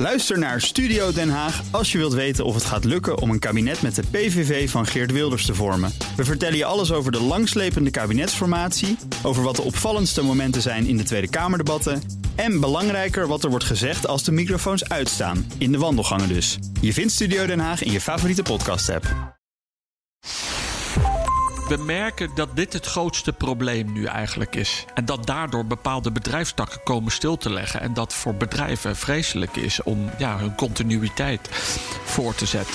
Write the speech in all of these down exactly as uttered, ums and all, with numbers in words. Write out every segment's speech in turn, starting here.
Luister naar Studio Den Haag als je wilt weten of het gaat lukken om een kabinet met de P V V van Geert Wilders te vormen. We vertellen je alles over de langslepende kabinetsformatie, over wat de opvallendste momenten zijn in de Tweede Kamerdebatten en belangrijker wat er wordt gezegd als de microfoons uitstaan, in de wandelgangen dus. Je vindt Studio Den Haag in je favoriete podcast-app. We merken dat dit het grootste probleem nu eigenlijk is. En dat daardoor bepaalde bedrijfstakken komen stil te leggen. En dat voor bedrijven vreselijk is om ja, hun continuïteit voor te zetten.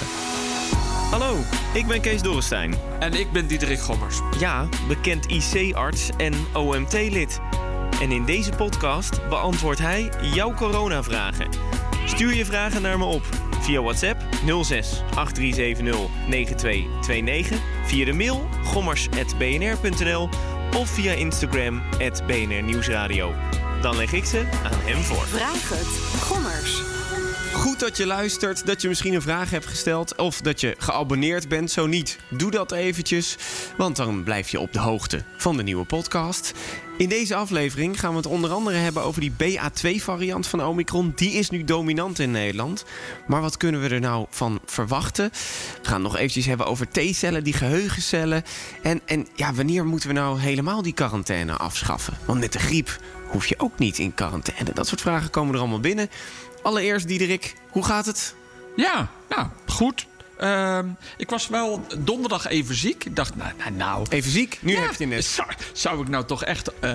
Hallo, ik ben Kees Dorrestein. En ik ben Diederik Gommers. Ja, bekend I C-arts en O M T-lid. En in deze podcast beantwoordt hij jouw coronavragen. Stuur je vragen naar me op via WhatsApp nul zes acht drie zeven nul negen twee twee negen, via de mail gommers apenstaartje b n r punt n l of via Instagram at B N R Nieuwsradio. Dan leg ik ze aan hem voor. Vraag het, Gommers. Goed dat je luistert, dat je misschien een vraag hebt gesteld of dat je geabonneerd bent. Zo niet, doe dat eventjes, want dan blijf je op de hoogte van de nieuwe podcast. In deze aflevering gaan we het onder andere hebben over die B A twee variant van Omicron. Die is nu dominant in Nederland. Maar wat kunnen we er nou van verwachten? We gaan het nog eventjes hebben over T-cellen, die geheugencellen. En, en ja, wanneer moeten we nou helemaal die quarantaine afschaffen? Want met de griep hoef je ook niet in quarantaine. Dat soort vragen komen er allemaal binnen. Allereerst, Diederik, hoe gaat het? Ja, nou, goed. Uh, ik was wel donderdag even ziek. Ik dacht, nou... nou, nou even ziek? Nu ja, heb je het net. Zou, zou ik nou toch echt, uh,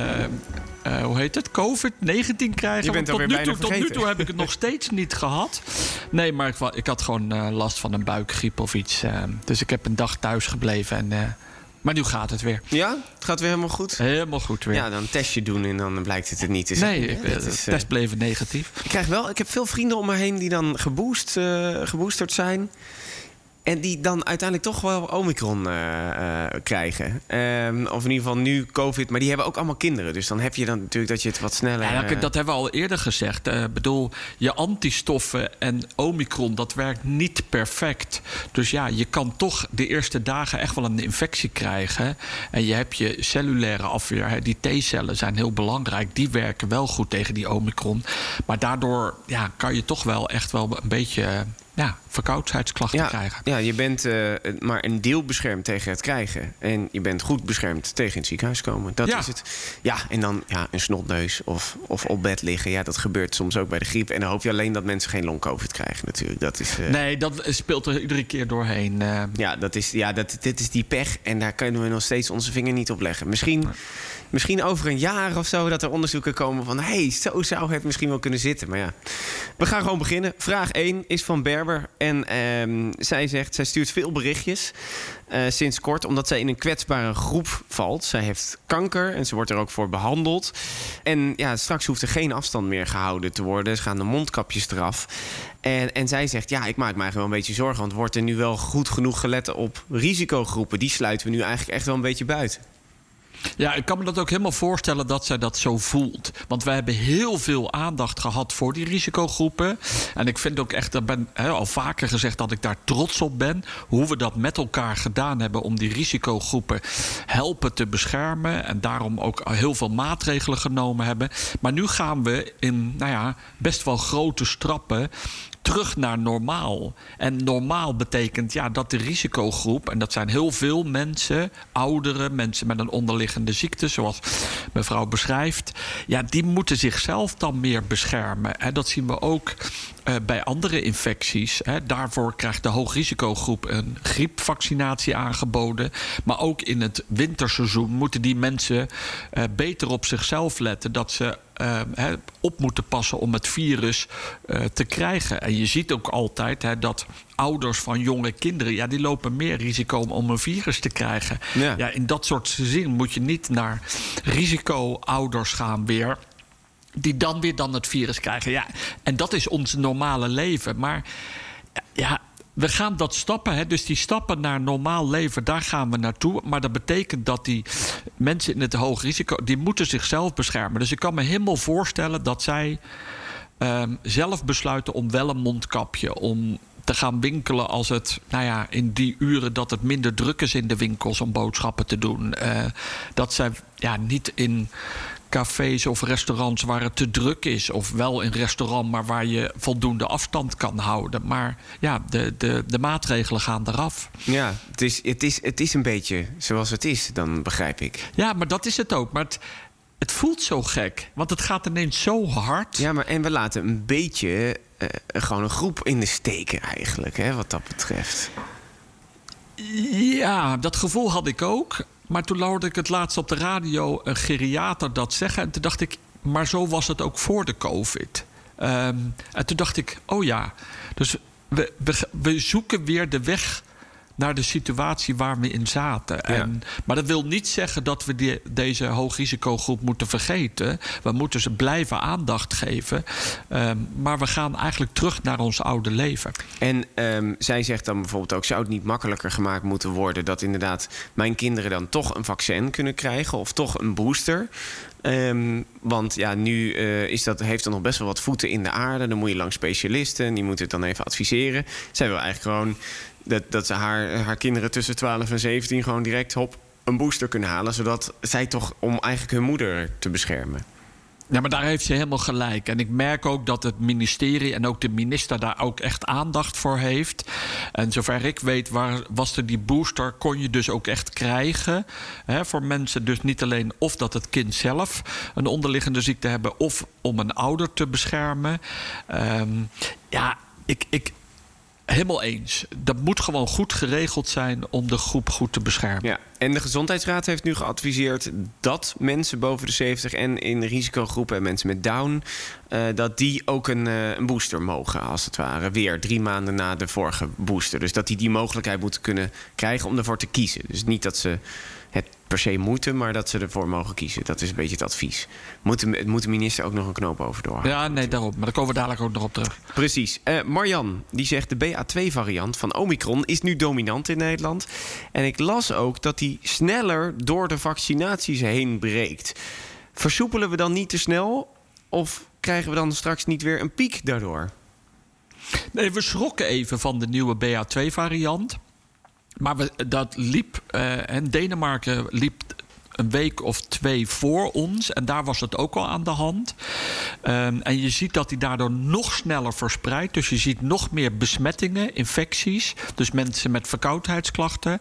uh, hoe heet het, covid negentien krijgen? Je bent tot, alweer nu bijna toe, tot nu toe heb ik het nog steeds niet gehad. Nee, maar ik, ik had gewoon uh, last van een buikgriep of iets. Uh, dus ik heb een dag thuis gebleven en... Uh, Maar nu gaat het weer. Ja? Het gaat weer helemaal goed? Helemaal goed weer. Ja, dan een testje doen en dan blijkt het er niet te zijn. Nee, ik, de is, test bleef negatief. Ik, krijg wel, ik heb veel vrienden om me heen die dan geboost, uh, geboosterd zijn. En die dan uiteindelijk toch wel Omicron uh, uh, krijgen. Um, of in ieder geval nu COVID. Maar die hebben ook allemaal kinderen. Dus dan heb je dan natuurlijk dat je het wat sneller... Ja, dat, dat hebben we al eerder gezegd. Ik uh, bedoel, je antistoffen en Omicron, dat werkt niet perfect. Dus ja, je kan toch de eerste dagen echt wel een infectie krijgen. En je hebt je cellulaire afweer. Hè, die T-cellen zijn heel belangrijk. Die werken wel goed tegen die Omicron. Maar daardoor ja, kan je toch wel echt wel een beetje... Uh, Ja, verkoudheidsklachten ja, krijgen. Ja, je bent uh, maar een deel beschermd tegen het krijgen. En je bent goed beschermd tegen in het ziekenhuis komen. Dat ja. is het. Ja, en dan ja, een snotneus of, of op bed liggen. Ja, dat gebeurt soms ook bij de griep. En dan hoop je alleen dat mensen geen long-covid krijgen natuurlijk. Dat is, uh... Nee, dat speelt er iedere keer doorheen. Uh... Ja, dat is, ja dat, dit is die pech. En daar kunnen we nog steeds onze vinger niet op leggen. Misschien... Nee. Misschien over een jaar of zo dat er onderzoeken komen van... hé, hey, zo zou het misschien wel kunnen zitten. Maar ja, we gaan gewoon beginnen. Vraag één is van Berber. En um, zij zegt, zij stuurt veel berichtjes uh, sinds kort... omdat zij in een kwetsbare groep valt. Zij heeft kanker en ze wordt er ook voor behandeld. En ja, straks hoeft er geen afstand meer gehouden te worden. Ze gaan de mondkapjes eraf. En, en zij zegt, ja, ik maak me eigenlijk wel een beetje zorgen... want wordt er nu wel goed genoeg gelet op risicogroepen? Die sluiten we nu eigenlijk echt wel een beetje buiten. Ja, ik kan me dat ook helemaal voorstellen dat zij dat zo voelt. Want wij hebben heel veel aandacht gehad voor die risicogroepen. En ik vind ook echt, ik ben he, al vaker gezegd dat ik daar trots op ben. Hoe we dat met elkaar gedaan hebben om die risicogroepen helpen te beschermen. En daarom ook heel veel maatregelen genomen hebben. Maar nu gaan we in, nou ja, best wel grote stappen terug naar normaal. En normaal betekent ja, dat de risicogroep... en dat zijn heel veel mensen, ouderen, mensen met een onderliggende ziekte... zoals mevrouw beschrijft, ja, die moeten zichzelf dan meer beschermen. Hè, dat zien we ook uh, bij andere infecties. Hè. Daarvoor krijgt de hoogrisicogroep een griepvaccinatie aangeboden. Maar ook in het winterseizoen moeten die mensen uh, beter op zichzelf letten... dat ze Uh, he, op moeten passen om het virus uh, te krijgen. En je ziet ook altijd he, dat ouders van jonge kinderen... ja, die lopen meer risico om een virus te krijgen. Ja. Ja, in dat soort zin moet je niet naar risico-ouders gaan weer... die dan weer dan het virus krijgen. Ja, en dat is ons normale leven. Maar ja... We gaan dat stappen, hè? Dus die stappen naar normaal leven, daar gaan we naartoe. Maar dat betekent dat die mensen in het hoog risico... die moeten zichzelf beschermen. Dus ik kan me helemaal voorstellen dat zij uh, zelf besluiten om wel een mondkapje... om te gaan winkelen als het, nou ja, in die uren dat het minder druk is in de winkels... om boodschappen te doen. Uh, dat zij ja, niet in cafés of restaurants waar het te druk is. Of wel een restaurant, maar waar je voldoende afstand kan houden. Maar ja, de, de, de maatregelen gaan eraf. Ja, het is, het, is, het is een beetje zoals het is, dan begrijp ik. Ja, maar dat is het ook. Maar het, het voelt zo gek. Want het gaat ineens zo hard. Ja, maar en we laten een beetje uh, gewoon een groep in de steken eigenlijk, hè, wat dat betreft. Ja, dat gevoel had ik ook. Maar toen hoorde ik het laatst op de radio een geriater dat zeggen. En toen dacht ik, maar zo was het ook voor de COVID. Um, en toen dacht ik, oh ja. Dus we, we, we zoeken weer de weg naar de situatie waar we in zaten. Ja. En, maar dat wil niet zeggen dat we die, deze hoogrisicogroep moeten vergeten. We moeten ze blijven aandacht geven. Um, maar we gaan eigenlijk terug naar ons oude leven. En um, zij zegt dan bijvoorbeeld ook, zou het niet makkelijker gemaakt moeten worden dat inderdaad mijn kinderen dan toch een vaccin kunnen krijgen of toch een booster? Um, want ja, nu uh, is dat, heeft er nog best wel wat voeten in de aarde. Dan moet je langs specialisten en die moeten het dan even adviseren. Zij wil eigenlijk gewoon dat, dat ze haar, haar kinderen tussen twaalf en zeventien gewoon direct hop een booster kunnen halen. Zodat zij toch, om eigenlijk hun moeder te beschermen. Ja, maar daar heeft ze helemaal gelijk. En ik merk ook dat het ministerie en ook de minister daar ook echt aandacht voor heeft. En zover ik weet, waar, was er die booster, kon je dus ook echt krijgen. Hè, voor mensen dus niet alleen of dat het kind zelf een onderliggende ziekte hebben, of om een ouder te beschermen. Um, ja, ik... ik Helemaal eens. Dat moet gewoon goed geregeld zijn om de groep goed te beschermen. Ja, en de Gezondheidsraad heeft nu geadviseerd dat mensen boven de zeventig en in risicogroepen en mensen met Down, Uh, dat die ook een, uh, een booster mogen, als het ware. Weer drie maanden na de vorige booster. Dus dat die die mogelijkheid moeten kunnen krijgen om ervoor te kiezen. Dus niet dat ze het per se moeten, maar dat ze ervoor mogen kiezen. Dat is een beetje het advies. Moet de, moet de minister ook nog een knoop over doorhakken? Ja, nee, daarom. Maar daar komen we dadelijk ook nog op terug. Precies. Uh, Marjan, die zegt de B A twee variant van Omicron is nu dominant in Nederland. En ik las ook dat die sneller door de vaccinaties heen breekt. Versoepelen we dan niet te snel? Of krijgen we dan straks niet weer een piek daardoor? Nee, we schrokken even van de nieuwe B A twee variant. Maar we, dat liep, uh, en Denemarken liep een week of twee voor ons. En daar was het ook al aan de hand. Um, en je ziet dat die daardoor nog sneller verspreidt. Dus je ziet nog meer besmettingen, infecties. Dus mensen met verkoudheidsklachten.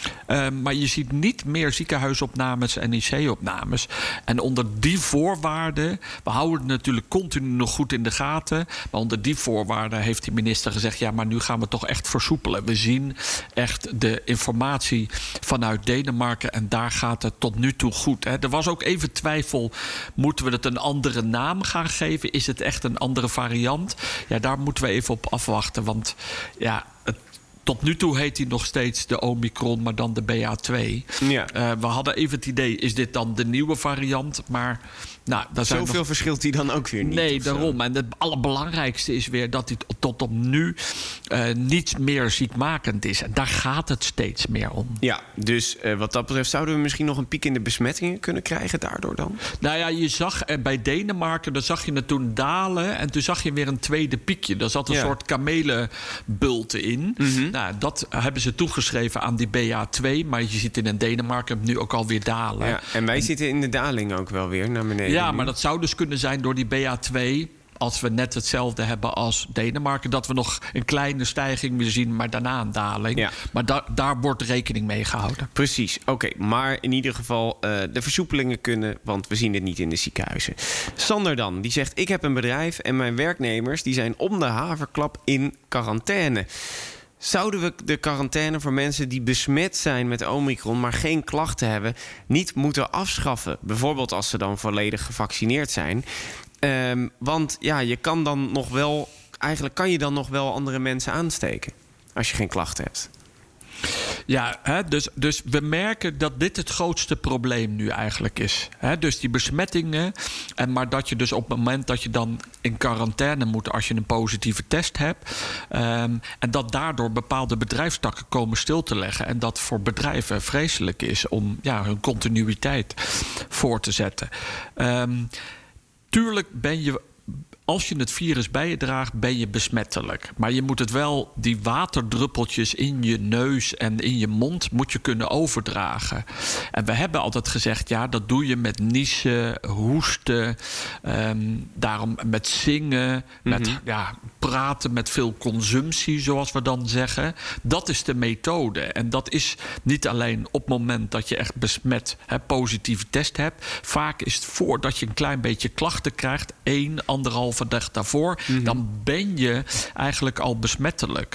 Um, maar je ziet niet meer ziekenhuisopnames en I C-opnames. En onder die voorwaarden, we houden het natuurlijk continu nog goed in de gaten. Maar onder die voorwaarden heeft die minister gezegd, ja, maar nu gaan we toch echt versoepelen. We zien echt de informatie vanuit Denemarken. En daar gaat het tot nu toe goed. Hè. Er was ook even twijfel, moeten we het een andere naam gaan geven? Is het echt een andere variant? Ja, daar moeten we even op afwachten. Want ja, het, tot nu toe heet hij nog steeds de Omicron, maar dan de B A twee. Ja. Uh, we hadden even het idee, is dit dan de nieuwe variant? Maar nou, daar zijn zoveel nog... verschilt hij dan ook weer niet? Nee, daarom. En het allerbelangrijkste is weer dat hij tot op nu uh, niet meer ziekmakend is. En daar gaat het steeds meer om. Ja, dus uh, wat dat betreft zouden we misschien nog een piek in de besmettingen kunnen krijgen daardoor dan? Nou ja, je zag uh, bij Denemarken, daar zag je het toen dalen. En toen zag je weer een tweede piekje. Daar zat een ja. soort kamelenbulte in. Mm-hmm. Nou, dat hebben ze toegeschreven aan die B A twee. Maar je ziet in Denemarken nu ook alweer dalen. Ja, en wij en... zitten in de daling ook wel weer naar beneden. Ja, maar dat zou dus kunnen zijn door die B A twee, als we net hetzelfde hebben als Denemarken, dat we nog een kleine stijging weer zien, maar daarna een daling. Ja. Maar da- daar wordt rekening mee gehouden. Precies, oké. Okay, maar in ieder geval uh, de versoepelingen kunnen, want we zien het niet in de ziekenhuizen. Sander dan, die zegt, ik heb een bedrijf en mijn werknemers die zijn om de haverklap in quarantaine. Zouden we de quarantaine voor mensen die besmet zijn met Omicron, maar geen klachten hebben, niet moeten afschaffen? Bijvoorbeeld als ze dan volledig gevaccineerd zijn. Um, want ja, je kan dan nog wel, eigenlijk kan je dan nog wel andere mensen aansteken als je geen klachten hebt. Ja, hè, dus, dus we merken dat dit het grootste probleem nu eigenlijk is. Hè, dus die besmettingen. En maar dat je dus op het moment dat je dan in quarantaine moet als je een positieve test hebt. Um, en dat daardoor bepaalde bedrijfstakken komen stil te leggen. En dat voor bedrijven vreselijk is om ja, hun continuïteit voor te zetten. Um, tuurlijk ben je als je het virus bij je draagt, ben je besmettelijk. Maar je moet het wel, die waterdruppeltjes in je neus en in je mond, moet je kunnen overdragen. En we hebben altijd gezegd, ja, dat doe je met niezen, hoesten, um, daarom met zingen, mm-hmm. met ja, praten, met veel consumptie, zoals we dan zeggen. Dat is de methode. En dat is niet alleen op het moment dat je echt besmet, hè, positieve test hebt. Vaak is het voordat je een klein beetje klachten krijgt, één, anderhalve dag daarvoor, mm-hmm. dan ben je eigenlijk al besmettelijk.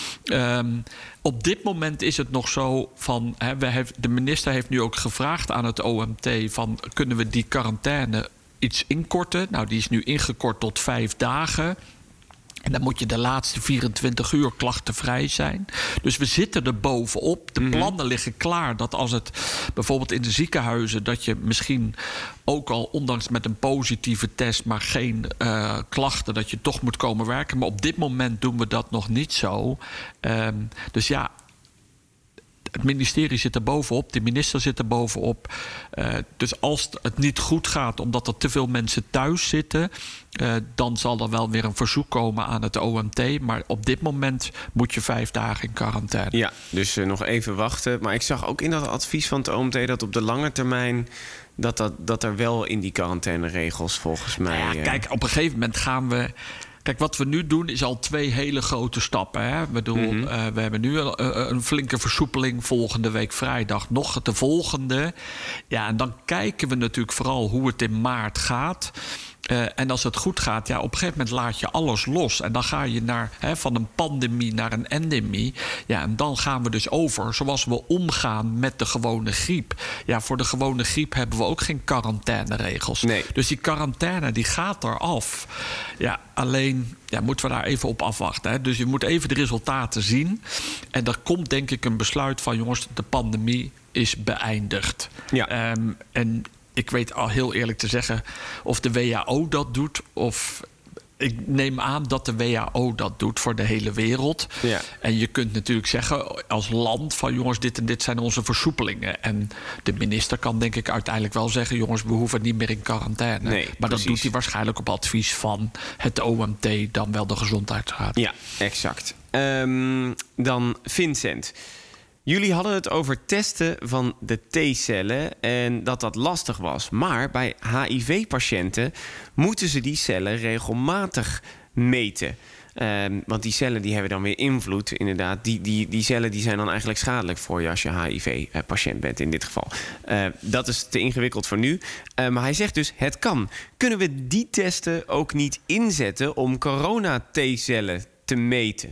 Um, op dit moment is het nog zo van, hè, we heeft, de minister heeft nu ook gevraagd aan het O M T van, kunnen we die quarantaine iets inkorten? Nou, die is nu ingekort tot vijf dagen. En dan moet je de laatste vierentwintig uur klachtenvrij zijn. Dus we zitten er bovenop. De plannen mm-hmm. liggen klaar dat als het bijvoorbeeld in de ziekenhuizen, dat je misschien ook al, ondanks met een positieve test, maar geen uh, klachten, dat je toch moet komen werken. Maar op dit moment doen we dat nog niet zo. Um, dus ja, het ministerie zit er bovenop, de minister zit er bovenop. Uh, dus als het niet goed gaat, omdat er te veel mensen thuis zitten, Uh, dan zal er wel weer een verzoek komen aan het O M T. Maar op dit moment moet je vijf dagen in quarantaine. Ja, dus uh, nog even wachten. Maar ik zag ook in dat advies van het O M T dat op de lange termijn dat, dat, dat er wel in die quarantaineregels volgens mij... Nou ja, kijk, op een gegeven moment gaan we... Kijk, wat we nu doen is al twee hele grote stappen. Hè? Ik bedoel, mm-hmm. uh, we hebben nu een, een flinke versoepeling. Volgende week vrijdag nog de volgende. Ja, en dan kijken we natuurlijk vooral hoe het in maart gaat. Uh, en als het goed gaat, ja, op een gegeven moment laat je alles los. En dan ga je naar, hè, van een pandemie naar een endemie. Ja, en dan gaan we dus over zoals we omgaan met de gewone griep. Ja, voor de gewone griep hebben we ook geen quarantaineregels. Nee. Dus die quarantaine die gaat eraf. Ja, alleen ja, moeten we daar even op afwachten. Hè. Dus je moet even de resultaten zien. En er komt denk ik een besluit van, jongens, de pandemie is beëindigd. Ja. Um, en ik weet al heel eerlijk te zeggen of de W H O dat doet, of ik neem aan dat de W H O dat doet voor de hele wereld. Ja. En je kunt natuurlijk zeggen als land van, jongens, dit en dit zijn onze versoepelingen. En de minister kan denk ik uiteindelijk wel zeggen, jongens, we hoeven niet meer in quarantaine. Nee, maar precies. Dat doet hij waarschijnlijk op advies van het O M T, dan wel de Gezondheidsraad. Ja, exact. Um, dan Vincent. Jullie hadden het over testen van de T-cellen en dat dat lastig was. Maar bij H I V-patiënten moeten ze die cellen regelmatig meten. Um, want die cellen die hebben dan weer invloed, inderdaad. Die, die, die cellen die zijn dan eigenlijk schadelijk voor je als je H I V-patiënt bent in dit geval. Uh, dat is te ingewikkeld voor nu. Uh, maar hij zegt dus, het kan. Kunnen we die testen ook niet inzetten om corona-T-cellen te meten?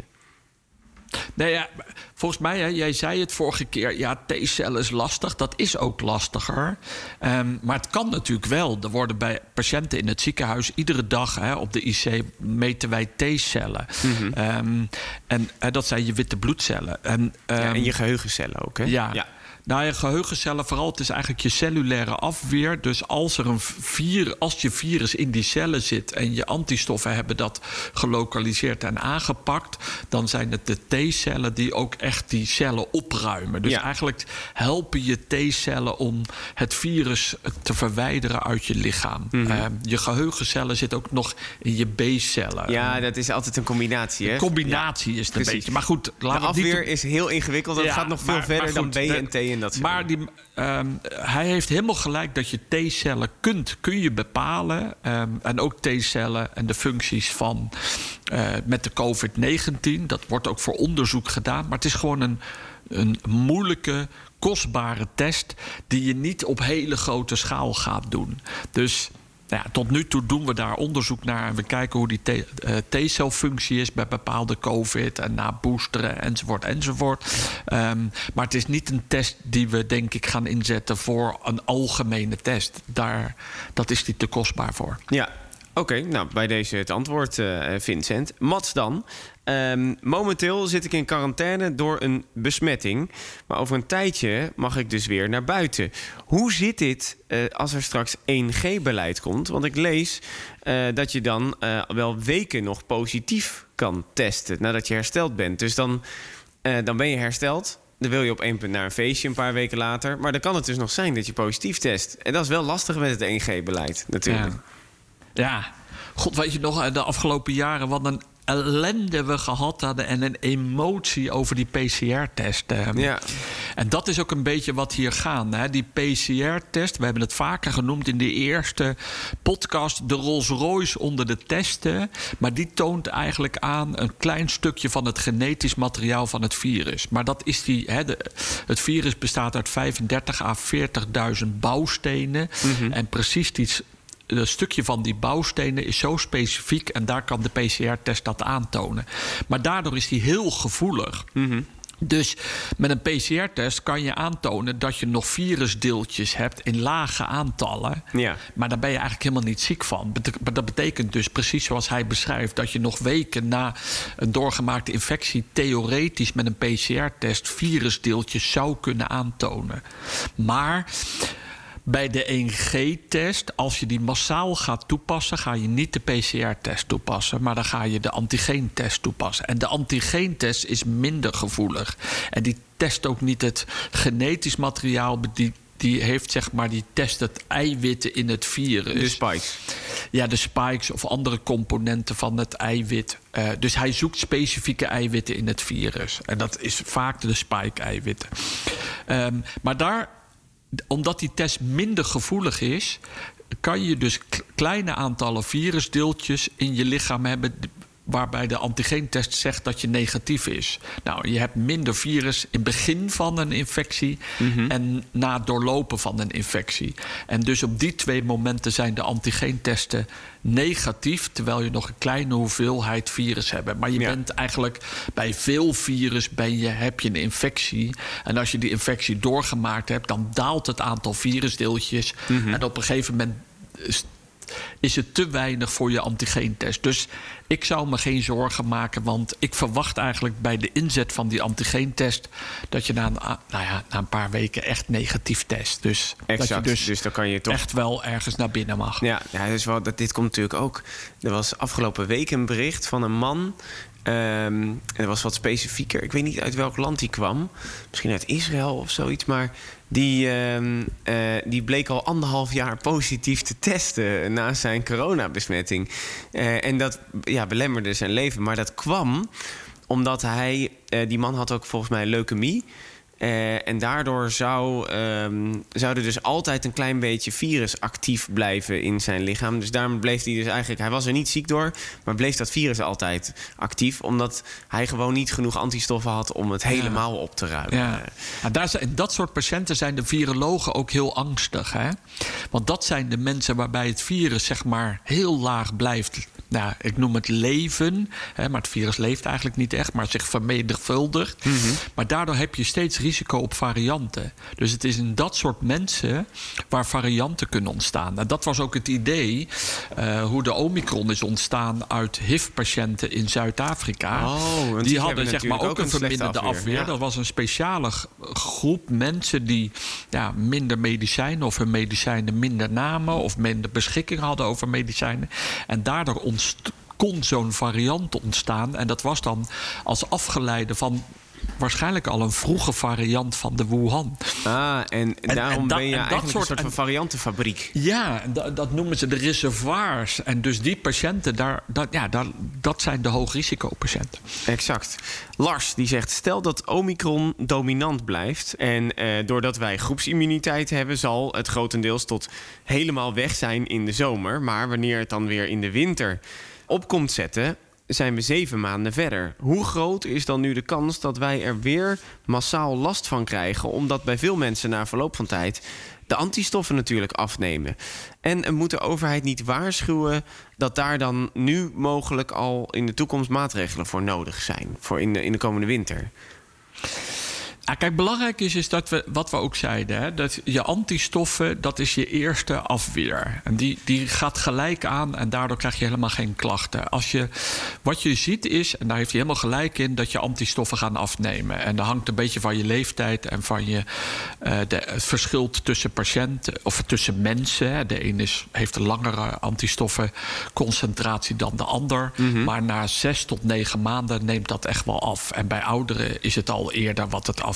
Nee, ja, volgens mij, hè, jij zei het vorige keer, ja, T-cellen is lastig. Dat is ook lastiger. Um, maar het kan natuurlijk wel. Er worden bij patiënten in het ziekenhuis iedere dag, hè, op de I C meten wij T-cellen. Mm-hmm. Um, en uh, dat zijn je witte bloedcellen. En, um, ja, en je geheugencellen ook, hè? Ja. ja. Nou, je geheugencellen vooral, het is eigenlijk je cellulaire afweer. Dus als, er een vir, als je virus in die cellen zit en je antistoffen hebben dat gelokaliseerd en aangepakt, dan zijn het de T-cellen die ook echt die cellen opruimen. Dus ja. eigenlijk helpen je T-cellen om het virus te verwijderen uit je lichaam. Mm-hmm. Uh, je geheugencellen zitten ook nog in je B-cellen. Ja, dat is altijd een combinatie, hè? Een combinatie ja. is het een beetje. Maar goed, de afweer niet... is heel ingewikkeld. Dat ja, gaat nog veel maar, verder maar goed, dan B en T en dat. Maar die, um, hij heeft helemaal gelijk dat je T-cellen kunt, kun je bepalen. Um, en ook T-cellen en de functies van uh, met de covid negentien. Dat wordt ook voor onderzoek gedaan. Maar het is gewoon een, een moeilijke, kostbare test die je niet op hele grote schaal gaat doen. Dus nou ja, tot nu toe doen we daar onderzoek naar. En we kijken hoe die t- uh, T-celfunctie is bij bepaalde COVID en na boosteren enzovoort enzovoort. Um, maar het is niet een test die we denk ik gaan inzetten voor een algemene test. Daar, dat is die te kostbaar voor. Ja, oké. Okay, nou, bij deze het antwoord, uh, Vincent. Mats dan. Um, momenteel zit ik in quarantaine door een besmetting. Maar over een tijdje mag ik dus weer naar buiten. Hoe zit dit uh, als er straks één G-beleid komt? Want ik lees uh, dat je dan uh, wel weken nog positief kan testen nadat je hersteld bent. Dus dan, uh, dan ben je hersteld. Dan wil je op één punt naar een feestje een paar weken later. Maar dan kan het dus nog zijn dat je positief test. En dat is wel lastig met het één G-beleid natuurlijk. Ja. ja. God, weet je nog, de afgelopen jaren wat een ellende we gehad hadden en een emotie over die P C R-test. Ja. En dat is ook een beetje wat hier gaat. Hè? Die P C R-test, we hebben het vaker genoemd in de eerste podcast, de Rolls-Royce onder de testen. Maar die toont eigenlijk aan een klein stukje van het genetisch materiaal van het virus. Maar dat is die, hè, de, het virus bestaat uit vijfendertig à veertigduizend bouwstenen. Mm-hmm. En precies die een stukje van die bouwstenen is zo specifiek en daar kan de P C R-test dat aantonen. Maar daardoor is die heel gevoelig. Mm-hmm. Dus met een P C R-test kan je aantonen dat je nog virusdeeltjes hebt in lage aantallen. Ja. Maar daar ben je eigenlijk helemaal niet ziek van. Maar dat betekent dus precies zoals hij beschrijft, dat je nog weken na een doorgemaakte infectie theoretisch met een P C R-test virusdeeltjes zou kunnen aantonen. Maar bij de één G-test, als je die massaal gaat toepassen, ga je niet de P C R-test toepassen, maar dan ga je de antigeentest toepassen. En de antigeentest is minder gevoelig. En die test ook niet het genetisch materiaal, die, die heeft zeg maar, die test het eiwitten in het virus. De spikes. Ja, de spikes of andere componenten van het eiwit. Uh, dus hij zoekt specifieke eiwitten in het virus. En dat is vaak de spike-eiwitten. Um, maar daar, omdat die test minder gevoelig is, kan je dus k- kleine aantallen virusdeeltjes in je lichaam hebben, waarbij de antigeentest zegt dat je negatief is. Nou, je hebt minder virus in het begin van een infectie mm-hmm. en na het doorlopen van een infectie. En dus op die twee momenten zijn de antigeentesten negatief, terwijl je nog een kleine hoeveelheid virus hebt. Maar je ja. bent eigenlijk bij veel virus ben je, heb je een infectie. En als je die infectie doorgemaakt hebt, dan daalt het aantal virusdeeltjes. Mm-hmm. En op een gegeven moment is het te weinig voor je antigeentest. Dus ik zou me geen zorgen maken, want ik verwacht eigenlijk bij de inzet van die antigeentest dat je na een, nou ja, na een paar weken echt negatief test. Dus exact. Dat je dus, dus dan kan je toch echt wel ergens naar binnen mag. Ja, ja dus wel, dat, dit komt natuurlijk ook. Er was afgelopen week een bericht van een man. Um, dat was wat specifieker. Ik weet niet uit welk land die kwam. Misschien uit Israël of zoiets. Maar die, um, uh, die bleek al anderhalf jaar positief te testen na zijn coronabesmetting. Uh, en dat ja, belemmerde zijn leven. Maar dat kwam omdat hij, uh, die man had ook volgens mij leukemie. Uh, en daardoor zou, um, zou er dus altijd een klein beetje virus actief blijven in zijn lichaam. Dus daarom bleef hij dus eigenlijk, hij was er niet ziek door, maar bleef dat virus altijd actief, omdat hij gewoon niet genoeg antistoffen had om het helemaal ja. op te ruimen. Ja. Ja, daar zijn, dat soort patiënten zijn de virologen ook heel angstig. Hè? Want dat zijn de mensen waarbij het virus zeg maar heel laag blijft. Nou, ik noem het leven, hè, maar het virus leeft eigenlijk niet echt, maar zich vermenigvuldigt. Mm-hmm. Maar daardoor heb je steeds risico op varianten. Dus het is in dat soort mensen waar varianten kunnen ontstaan. Nou, dat was ook het idee uh, hoe de Omicron is ontstaan uit H I V-patiënten in Zuid-Afrika. Oh, die, die hadden zeg maar ook, ook een, een verminderde afweer. afweer. Ja. Dat was een speciale groep mensen die ja, minder medicijnen of hun medicijnen minder namen of minder beschikking hadden over medicijnen. En daardoor ontstond kon zo'n variant ontstaan. En dat was dan als afgeleide van waarschijnlijk al een vroege variant van de Wuhan. Ah, en, en daarom en da- ben je eigenlijk soort, een soort van en, variantenfabriek. Ja, dat, dat noemen ze de reservoirs. En dus die patiënten, daar, dat, ja, daar, dat zijn de hoogrisicopatiënten. Exact. Lars, die zegt, stel dat Omicron dominant blijft en eh, doordat wij groepsimmuniteit hebben, zal het grotendeels tot helemaal weg zijn in de zomer. Maar wanneer het dan weer in de winter op komt zetten, zijn we zeven maanden verder. Hoe groot is dan nu de kans dat wij er weer massaal last van krijgen, omdat bij veel mensen na verloop van tijd de antistoffen natuurlijk afnemen? En moet de overheid niet waarschuwen dat daar dan nu mogelijk al in de toekomst maatregelen voor nodig zijn, voor in de, in de komende winter? Ja, kijk, belangrijk is, is dat we, wat we ook zeiden, hè, dat je antistoffen, dat is je eerste afweer. En die, die gaat gelijk aan en daardoor krijg je helemaal geen klachten. Als je, wat je ziet is, en daar heeft hij helemaal gelijk in, dat je antistoffen gaan afnemen. En dat hangt een beetje van je leeftijd en van je, uh, de, het verschil tussen patiënten of tussen mensen. Hè. De een is, heeft een langere antistoffenconcentratie dan de ander. Mm-hmm. Maar na zes tot negen maanden neemt dat echt wel af. En bij ouderen is het al eerder wat het af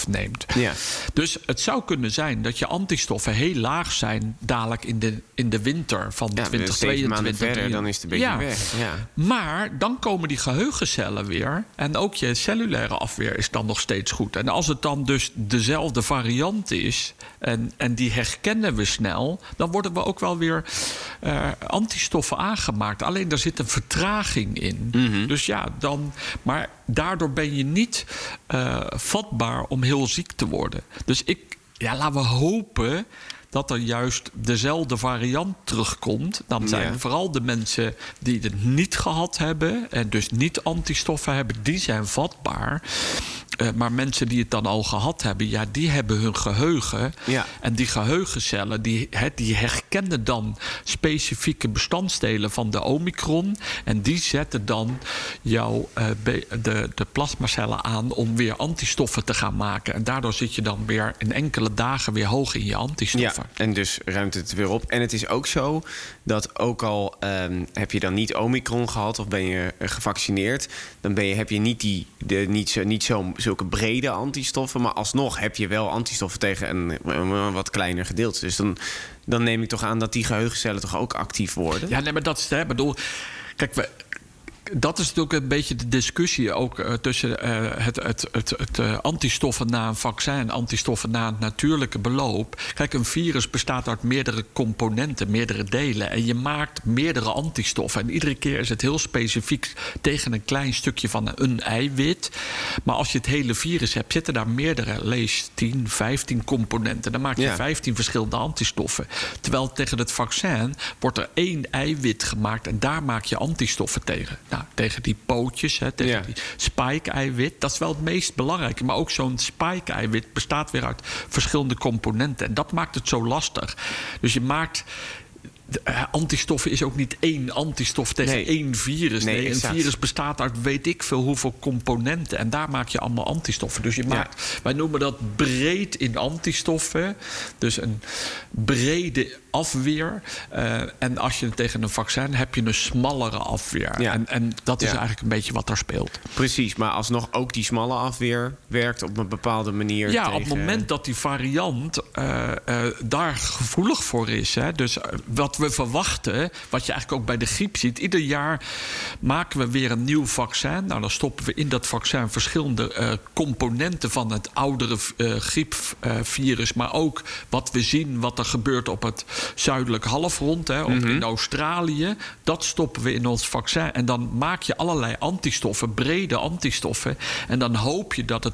afneemt. Ja. Dus het zou kunnen zijn dat je antistoffen heel laag zijn dadelijk in de, in de winter van Ja, twintig zeven maanden tweeëntwintig. verder, dan is het een beetje ja. weg. Ja. Maar dan komen die geheugencellen weer. En ook je cellulaire afweer is dan nog steeds goed. En als het dan dus dezelfde variant is en, en die herkennen we snel, dan worden we ook wel weer uh, antistoffen aangemaakt. Alleen daar zit een vertraging in. Mm-hmm. Dus ja, dan. Maar daardoor ben je niet uh, vatbaar om heel ziek te worden. Dus ik, ja, laten we hopen dat er juist dezelfde variant terugkomt. Dan zijn ja. vooral de mensen die het niet gehad hebben en dus niet antistoffen hebben, die zijn vatbaar. Uh, maar mensen die het dan al gehad hebben, ja, die hebben hun geheugen. Ja. En die geheugencellen, die, he, die herkennen dan specifieke bestanddelen van de Omicron. En die zetten dan jouw, uh, be, de, de plasmacellen aan om weer antistoffen te gaan maken. En daardoor zit je dan weer in enkele dagen weer hoog in je antistoffen. Ja, en dus ruimt het weer op. En het is ook zo dat ook al um, heb je dan niet Omicron gehad of ben je gevaccineerd, dan ben je, heb je niet, die, de, niet, zo, niet zo, zulke brede antistoffen, maar alsnog heb je wel antistoffen tegen een, een wat kleiner gedeelte. Dus dan, dan neem ik toch aan dat die geheugencellen toch ook actief worden? Ja, nee, maar dat is het. Bedoel, kijk, we. Dat is natuurlijk een beetje de discussie ook uh, tussen uh, het, het, het, het uh, antistoffen na een vaccin en antistoffen na een natuurlijke beloop. Kijk, een virus bestaat uit meerdere componenten, meerdere delen. En je maakt meerdere antistoffen. En iedere keer is het heel specifiek tegen een klein stukje van een eiwit. Maar als je het hele virus hebt, zitten daar meerdere, lees tien, vijftien componenten. Dan maak je ja. vijftien verschillende antistoffen. Terwijl tegen het vaccin wordt er één eiwit gemaakt en daar maak je antistoffen tegen. Nou, tegen die pootjes, hè, tegen ja. die spike-eiwit. Dat is wel het meest belangrijke. Maar ook zo'n spike-eiwit bestaat weer uit verschillende componenten. En dat maakt het zo lastig. Dus je maakt. Uh, antistoffen is ook niet één antistof tegen nee. één virus. Nee, nee, een virus bestaat uit weet ik veel hoeveel componenten. En daar maak je allemaal antistoffen. Dus je maakt, ja. wij noemen dat breed in antistoffen. Dus een brede afweer. Uh, en als je tegen een vaccin hebt, heb je een smallere afweer. Ja. En, en dat is ja. eigenlijk een beetje wat daar speelt. Precies, maar alsnog ook die smalle afweer werkt op een bepaalde manier. Ja, tegen... op het moment dat die variant uh, uh, daar gevoelig voor is. Hè, dus uh, wat we verwachten, wat je eigenlijk ook bij de griep ziet, ieder jaar maken we weer een nieuw vaccin. Nou, dan stoppen we in dat vaccin verschillende uh, componenten van het oudere uh, griepvirus, uh, maar ook wat we zien, wat er gebeurt op het zuidelijk halfrond, hè, mm-hmm. in Australië. Dat stoppen we in ons vaccin. En dan maak je allerlei antistoffen, brede antistoffen. En dan hoop je dat het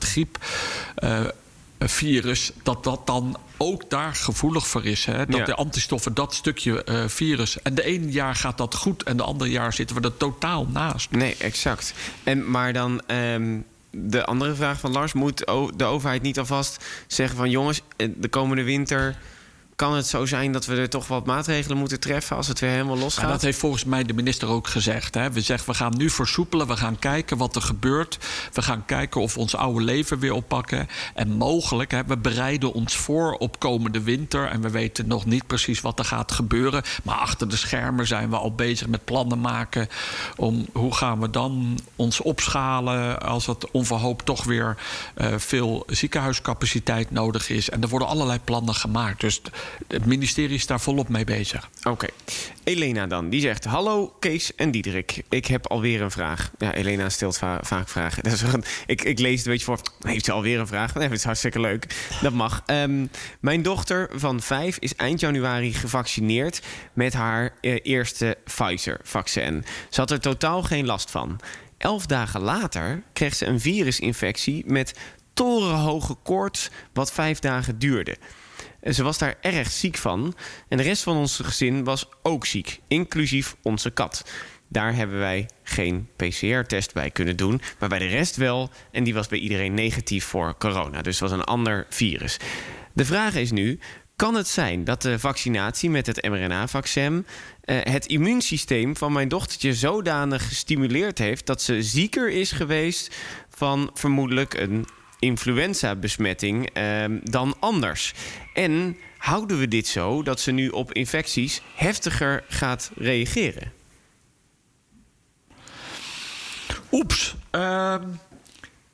griepvirus, uh, dat dat dan ook daar gevoelig voor is. Hè? Dat ja. de antistoffen, dat stukje uh, virus. En de ene jaar gaat dat goed en de andere jaar zitten we er totaal naast. Nee, exact. En, maar dan um, de andere vraag van Lars. Moet de overheid niet alvast zeggen van jongens, de komende winter kan het zo zijn dat we er toch wat maatregelen moeten treffen als het weer helemaal losgaat? Ja, dat heeft volgens mij de minister ook gezegd. Hè. We zeggen, we gaan nu versoepelen, we gaan kijken wat er gebeurt. We gaan kijken of we ons oude leven weer oppakken. En mogelijk, hè, we bereiden ons voor op komende winter. En we weten nog niet precies wat er gaat gebeuren. Maar achter de schermen zijn we al bezig met plannen maken om hoe gaan we dan ons opschalen als het onverhoopt toch weer uh, veel ziekenhuiscapaciteit nodig is. En er worden allerlei plannen gemaakt. Dus het ministerie is daar volop mee bezig. Oké. Okay. Elena dan, die zegt: hallo Kees en Diederik. Ik heb alweer een vraag. Ja, Elena stelt va- vaak vragen. Dat is een, ik, ik lees het een beetje voor. Heeft ze alweer een vraag? Nee, dat is hartstikke leuk. Dat mag. Um, mijn dochter van vijf is eind januari gevaccineerd met haar uh, eerste Pfizer-vaccin. Ze had er totaal geen last van. Elf dagen later kreeg ze een virusinfectie met torenhoge koorts, wat vijf dagen duurde. Ze was daar erg ziek van. En de rest van ons gezin was ook ziek, inclusief onze kat. Daar hebben wij geen P C R-test bij kunnen doen, maar bij de rest wel. En die was bij iedereen negatief voor corona. Dus het was een ander virus. De vraag is nu: kan het zijn dat de vaccinatie met het mRNA-vaccin uh, het immuunsysteem van mijn dochtertje zodanig gestimuleerd heeft dat ze zieker is geweest van vermoedelijk een influenza-besmetting uh, dan anders? En houden we dit zo dat ze nu op infecties heftiger gaat reageren? Oeps. Uh,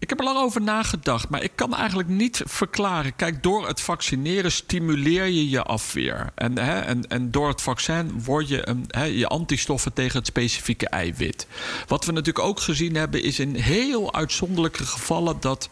Ik heb er lang over nagedacht, maar ik kan eigenlijk niet verklaren. Kijk, door het vaccineren stimuleer je je afweer. En, hè, en, en door het vaccin word je een, hè, je antistoffen tegen het specifieke eiwit. Wat we natuurlijk ook gezien hebben, is in heel uitzonderlijke gevallen dat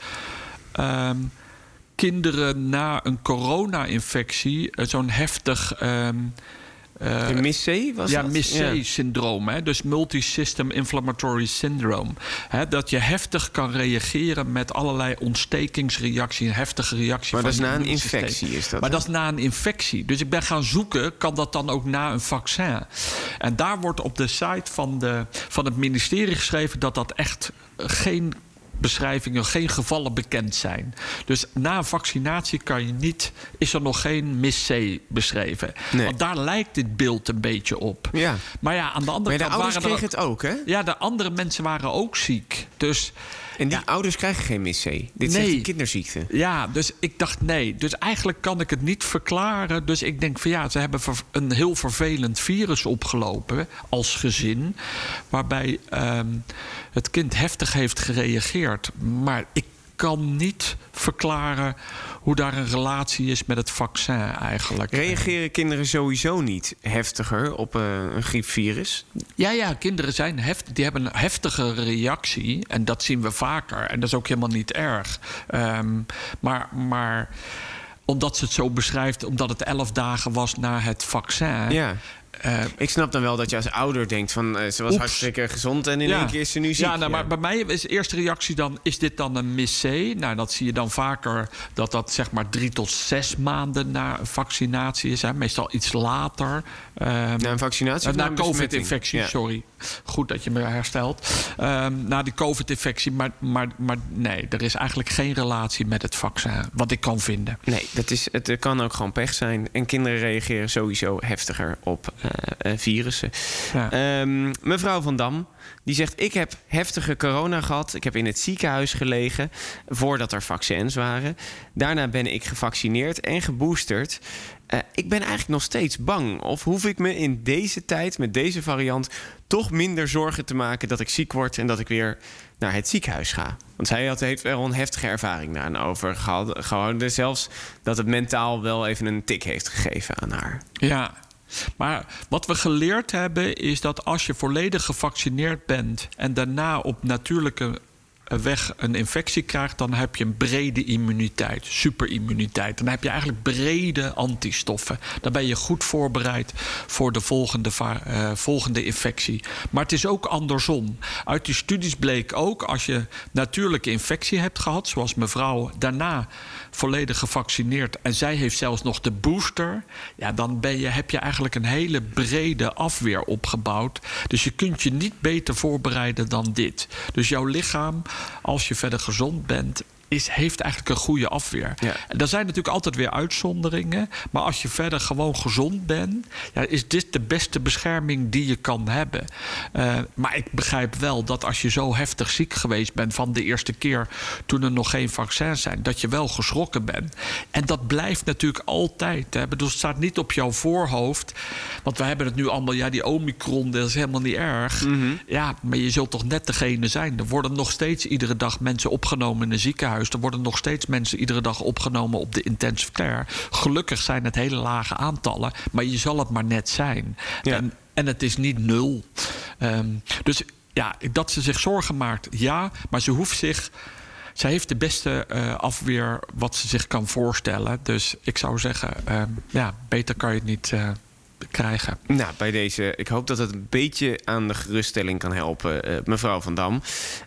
Um, kinderen na een corona-infectie uh, zo'n heftig Um, Uh, de M I S C was ja, dat? M I S C-syndroom. Ja. Dus multisystem inflammatory syndrome. Hè, dat je heftig kan reageren met allerlei ontstekingsreacties, een heftige reactie. Maar van dat is na een immuunsysteem. infectie, is dat? Maar hè? dat is na een infectie. Dus ik ben gaan zoeken, kan dat dan ook na een vaccin? En daar wordt op de site van, de, van het ministerie geschreven dat dat echt geen beschrijvingen, geen gevallen bekend zijn. Dus na een vaccinatie kan je niet, is er nog geen M I S C beschreven. Nee. Want daar lijkt dit beeld een beetje op. Ja. Maar ja, aan de andere Maar de kant ouders waren kregen er, het ook, hè? ja, de andere mensen waren ook ziek. Dus En die ja. ouders krijgen geen M I S C. Dit Nee. is echt een kinderziekte. Ja, dus ik dacht nee. Dus eigenlijk kan ik het niet verklaren. Dus ik denk van ja, ze hebben ver- een heel vervelend virus opgelopen als gezin. Waarbij um, het kind heftig heeft gereageerd. Maar ik kan niet verklaren hoe daar een relatie is met het vaccin eigenlijk. Reageren kinderen sowieso niet heftiger op uh, een griepvirus? Ja, ja, kinderen zijn heft, die hebben een heftige reactie. En dat zien we vaker. En dat is ook helemaal niet erg. Um, maar, maar omdat ze het zo beschrijft, omdat het elf dagen was na het vaccin. Ja. Uh, ik snap dan wel dat je als ouder denkt van uh, ze was Oeps. hartstikke gezond en in ja. één keer is ze nu ziek. Ja, nou, ja. maar bij mij is de eerste reactie dan, is dit dan een M I S C? Nou, dat zie je dan vaker dat dat zeg maar drie tot zes maanden na een vaccinatie is. Hè? Meestal iets later. Um, na een vaccinatie of na na een een COVID-infectie, ja. sorry. Goed dat je me herstelt. Um, na die COVID-infectie, maar, maar, maar nee, er is eigenlijk geen relatie met het vaccin, wat ik kan vinden. Nee, dat is, het kan ook gewoon pech zijn. En kinderen reageren sowieso heftiger op uh, uh, virussen. Ja. Um, mevrouw Van Dam, die zegt: ik heb heftige corona gehad. Ik heb in het ziekenhuis gelegen voordat er vaccins waren. Daarna ben ik gevaccineerd en geboosterd. Uh, ik ben eigenlijk nog steeds bang. Of hoef ik me in deze tijd met deze variant toch minder zorgen te maken dat ik ziek word en dat ik weer naar het ziekenhuis ga? Want zij had, heeft wel een heftige ervaring daarover gehad. Gewoon zelfs dat het mentaal wel even een tik heeft gegeven aan haar. Ja. Maar wat we geleerd hebben is dat als je volledig gevaccineerd bent en daarna op natuurlijke weg een infectie krijgt, dan heb je een brede immuniteit, superimmuniteit. Dan heb je eigenlijk brede antistoffen. Dan ben je goed voorbereid voor de volgende, uh, volgende infectie. Maar het is ook andersom. Uit die studies bleek ook, als je natuurlijke infectie hebt gehad, zoals mevrouw daarna volledig gevaccineerd en zij heeft zelfs nog de booster, ja, dan ben je, heb je eigenlijk een hele brede afweer opgebouwd. Dus je kunt je niet beter voorbereiden dan dit. Dus jouw lichaam, als je verder gezond bent, is, heeft eigenlijk een goede afweer. Ja. En er zijn natuurlijk altijd weer uitzonderingen. Maar als je verder gewoon gezond bent, ja, is dit de beste bescherming die je kan hebben. Uh, maar ik begrijp wel dat als je zo heftig ziek geweest bent van de eerste keer toen er nog geen vaccins zijn, dat je wel geschrokken bent. En dat blijft natuurlijk altijd. Hè. Bedoel, het staat niet op jouw voorhoofd. Want we hebben het nu allemaal, ja, die Omicron, dat is helemaal niet erg. Mm-hmm. Ja, maar je zult toch net degene zijn. Er worden nog steeds iedere dag mensen opgenomen in een ziekenhuis. Er worden nog steeds mensen iedere dag opgenomen op de intensive care. Gelukkig zijn het hele lage aantallen, maar je zal het maar net zijn. Ja. En, en het is niet nul. Um, dus ja, dat ze zich zorgen maakt, ja, maar ze hoeft zich. Zij heeft de beste uh, afweer wat ze zich kan voorstellen. Dus ik zou zeggen, um, ja, beter kan je het niet uh, krijgen. Nou, bij deze, ik hoop dat het een beetje aan de geruststelling kan helpen, uh, mevrouw Van Dam.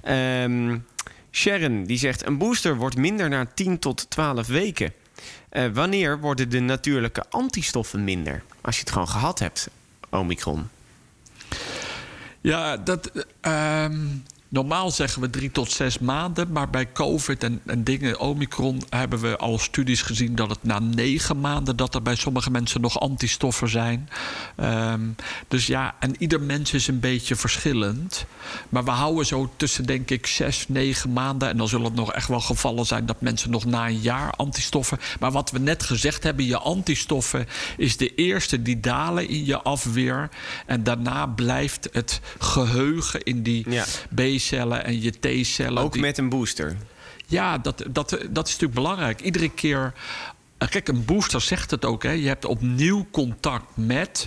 Um, Sharon die zegt: een booster wordt minder na tien tot twaalf weken. Uh, wanneer worden de natuurlijke antistoffen minder? Als je het gewoon gehad hebt, Omicron. Ja, dat. Um, normaal zeggen we drie tot zes maanden. Maar bij COVID en, en dingen, Omicron, hebben we al studies gezien dat het na negen maanden, dat er bij sommige mensen nog antistoffen zijn. Um, dus ja, en ieder mens is een beetje verschillend. Maar we houden zo tussen, denk ik, zes, negen maanden. En dan zullen het nog echt wel gevallen zijn dat mensen nog na een jaar antistoffen. Maar wat we net gezegd hebben, je antistoffen is de eerste die dalen in je afweer. En daarna blijft het geheugen in die ja. B-cellen en je T-cellen. Ook die... met een booster? Ja, dat, dat, dat is natuurlijk belangrijk. Iedere keer... Kijk, een booster zegt het ook. Hè. Je hebt opnieuw contact met...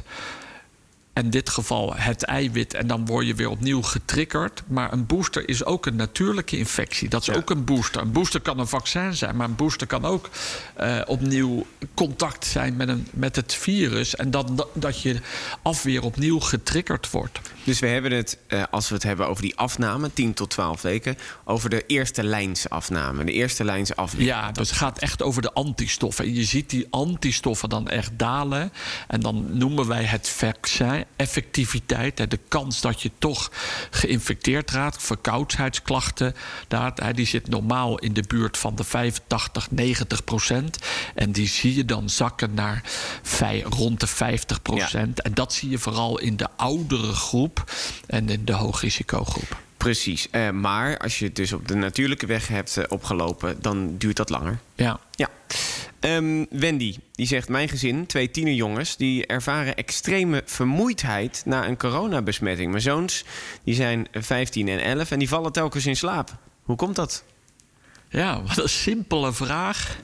in dit geval het eiwit, en dan word je weer opnieuw getriggerd. Maar een booster is ook een natuurlijke infectie. Dat is ja. ook een booster. Een booster kan een vaccin zijn, maar een booster kan ook uh, opnieuw contact zijn met, een, met het virus. En dat, dat je afweer opnieuw getriggerd wordt. Dus we hebben het, uh, als we het hebben over die afname, tien tot twaalf weken... over de eerste lijns afname, de eerste lijns afweer. Ja, dus het gaat echt over de antistoffen. En je ziet die antistoffen dan echt dalen. En dan noemen wij het vaccin effectiviteit. De kans dat je toch geïnfecteerd raakt, verkoudheidsklachten, die zit normaal in de buurt van de vijfentachtig, negentig procent. En die zie je dan zakken naar rond de vijftig procent. Ja. En dat zie je vooral in de oudere groep en in de hoogrisicogroep. Precies, uh, maar als je het dus op de natuurlijke weg hebt uh, opgelopen, dan duurt dat langer. Ja. ja. Um, Wendy, die zegt: mijn gezin, twee tienerjongens, die ervaren extreme vermoeidheid na een coronabesmetting. Mijn zoons die zijn vijftien en elf en die vallen telkens in slaap. Hoe komt dat? Ja, wat een simpele vraag.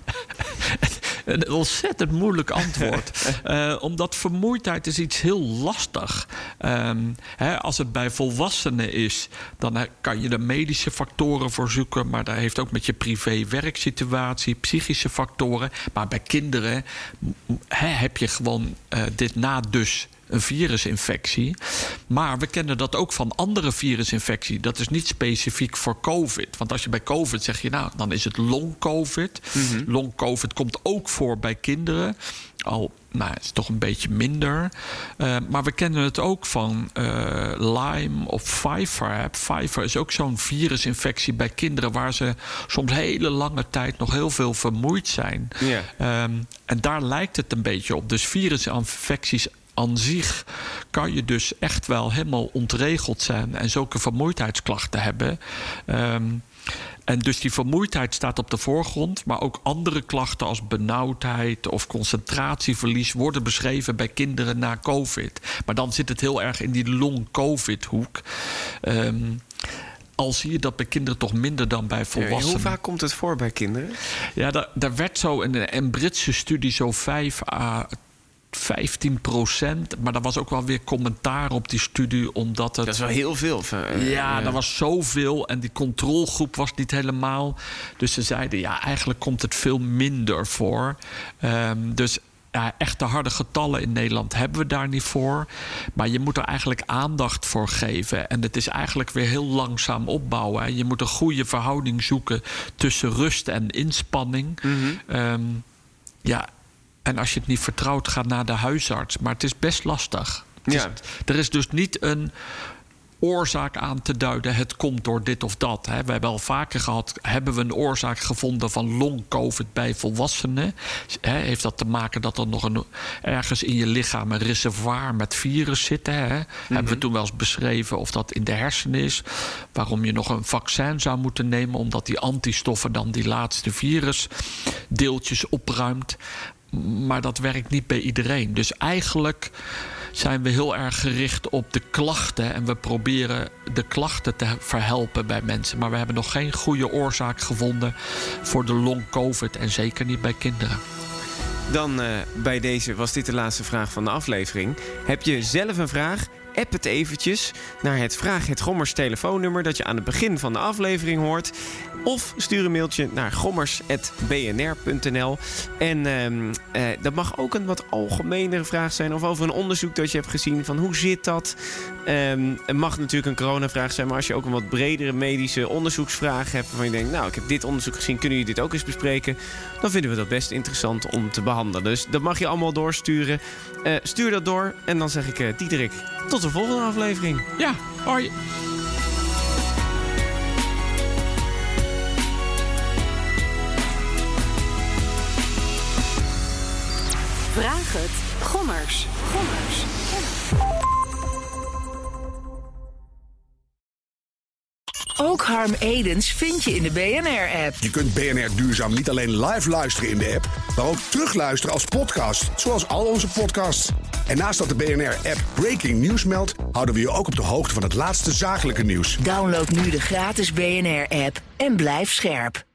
Een ontzettend moeilijk antwoord. uh, omdat vermoeidheid is iets heel lastig. Um, hè, als het bij volwassenen is, dan he, kan je er medische factoren voor zoeken. Maar dat heeft ook met je privé-werksituatie, psychische factoren. Maar bij kinderen he, heb je gewoon uh, dit na dus een virusinfectie. Maar we kennen dat ook van andere virusinfectie. Dat is niet specifiek voor COVID. Want als je bij COVID zeg je, nou, dan is het long-COVID. Mm-hmm. Long-COVID komt ook voor bij kinderen. Al, nou, het is toch een beetje minder. Uh, maar we kennen het ook van uh, Lyme of Pfeiffer. Pfeiffer is ook zo'n virusinfectie bij kinderen waar ze soms hele lange tijd nog heel veel vermoeid zijn. Yeah. Um, en daar lijkt het een beetje op. Dus virusinfecties aan zich kan je dus echt wel helemaal ontregeld zijn en zulke vermoeidheidsklachten hebben. Um, en dus die vermoeidheid staat op de voorgrond, maar ook andere klachten als benauwdheid of concentratieverlies worden beschreven bij kinderen na COVID. Maar dan zit het heel erg in die long-COVID-hoek. Um, Al zie je dat bij kinderen toch minder dan bij volwassenen. Ja, hoe vaak komt het voor bij kinderen? Ja, daar, daar werd zo in een, een Britse studie zo vijf à vijftien procent. Maar daar was ook wel weer commentaar op die studie, omdat het... Dat is wel heel veel. Uh, ja, uh, dat was zoveel. En die controlegroep was niet helemaal. Dus ze zeiden, ja, eigenlijk komt het veel minder voor. Um, dus ja, echte harde getallen in Nederland hebben we daar niet voor. Maar je moet er eigenlijk aandacht voor geven. En het is eigenlijk weer heel langzaam opbouwen. Hè. Je moet een goede verhouding zoeken tussen rust en inspanning. Mm-hmm. Um, ja, en als je het niet vertrouwt, ga naar de huisarts. Maar het is best lastig. Het ja. is, er is dus niet een oorzaak aan te duiden, het komt door dit of dat. Hè. We hebben al vaker gehad, hebben we een oorzaak gevonden van long-covid bij volwassenen? Hè, heeft dat te maken dat er nog een, ergens in je lichaam een reservoir met virus zit? Hè? Mm-hmm. Hebben we toen wel eens beschreven of dat in de hersenen is? Waarom je nog een vaccin zou moeten nemen, omdat die antistoffen dan die laatste virusdeeltjes opruimt. Maar dat werkt niet bij iedereen. Dus eigenlijk zijn we heel erg gericht op de klachten. En we proberen de klachten te verhelpen bij mensen. Maar we hebben nog geen goede oorzaak gevonden voor de long-covid. En zeker niet bij kinderen. Dan uh, bij deze was dit de laatste vraag van de aflevering. Heb je zelf een vraag? App het eventjes naar het Vraag het Gommers telefoonnummer dat je aan het begin van de aflevering hoort. Of stuur een mailtje naar gommers punt b n r punt n l. En um, uh, dat mag ook een wat algemenere vraag zijn. Of over een onderzoek dat je hebt gezien van hoe zit dat? Um, het mag natuurlijk een coronavraag zijn. Maar als je ook een wat bredere medische onderzoeksvraag hebt, waarvan je denkt, nou, ik heb dit onderzoek gezien, kunnen jullie dit ook eens bespreken? Dan vinden we dat best interessant om te behandelen. Dus dat mag je allemaal doorsturen. Uh, stuur dat door. En dan zeg ik uh, Diederik, tot de volgende aflevering. Ja, hoi. Vraag het Gommers. Gommers. Ook Harm Edens vind je in de B N R-app. Je kunt B N R Duurzaam niet alleen live luisteren in de app, maar ook terugluisteren als podcast, zoals al onze podcasts. En naast dat de B N R-app Breaking News meldt, houden we je ook op de hoogte van het laatste zakelijke nieuws. Download nu de gratis B N R-app en blijf scherp.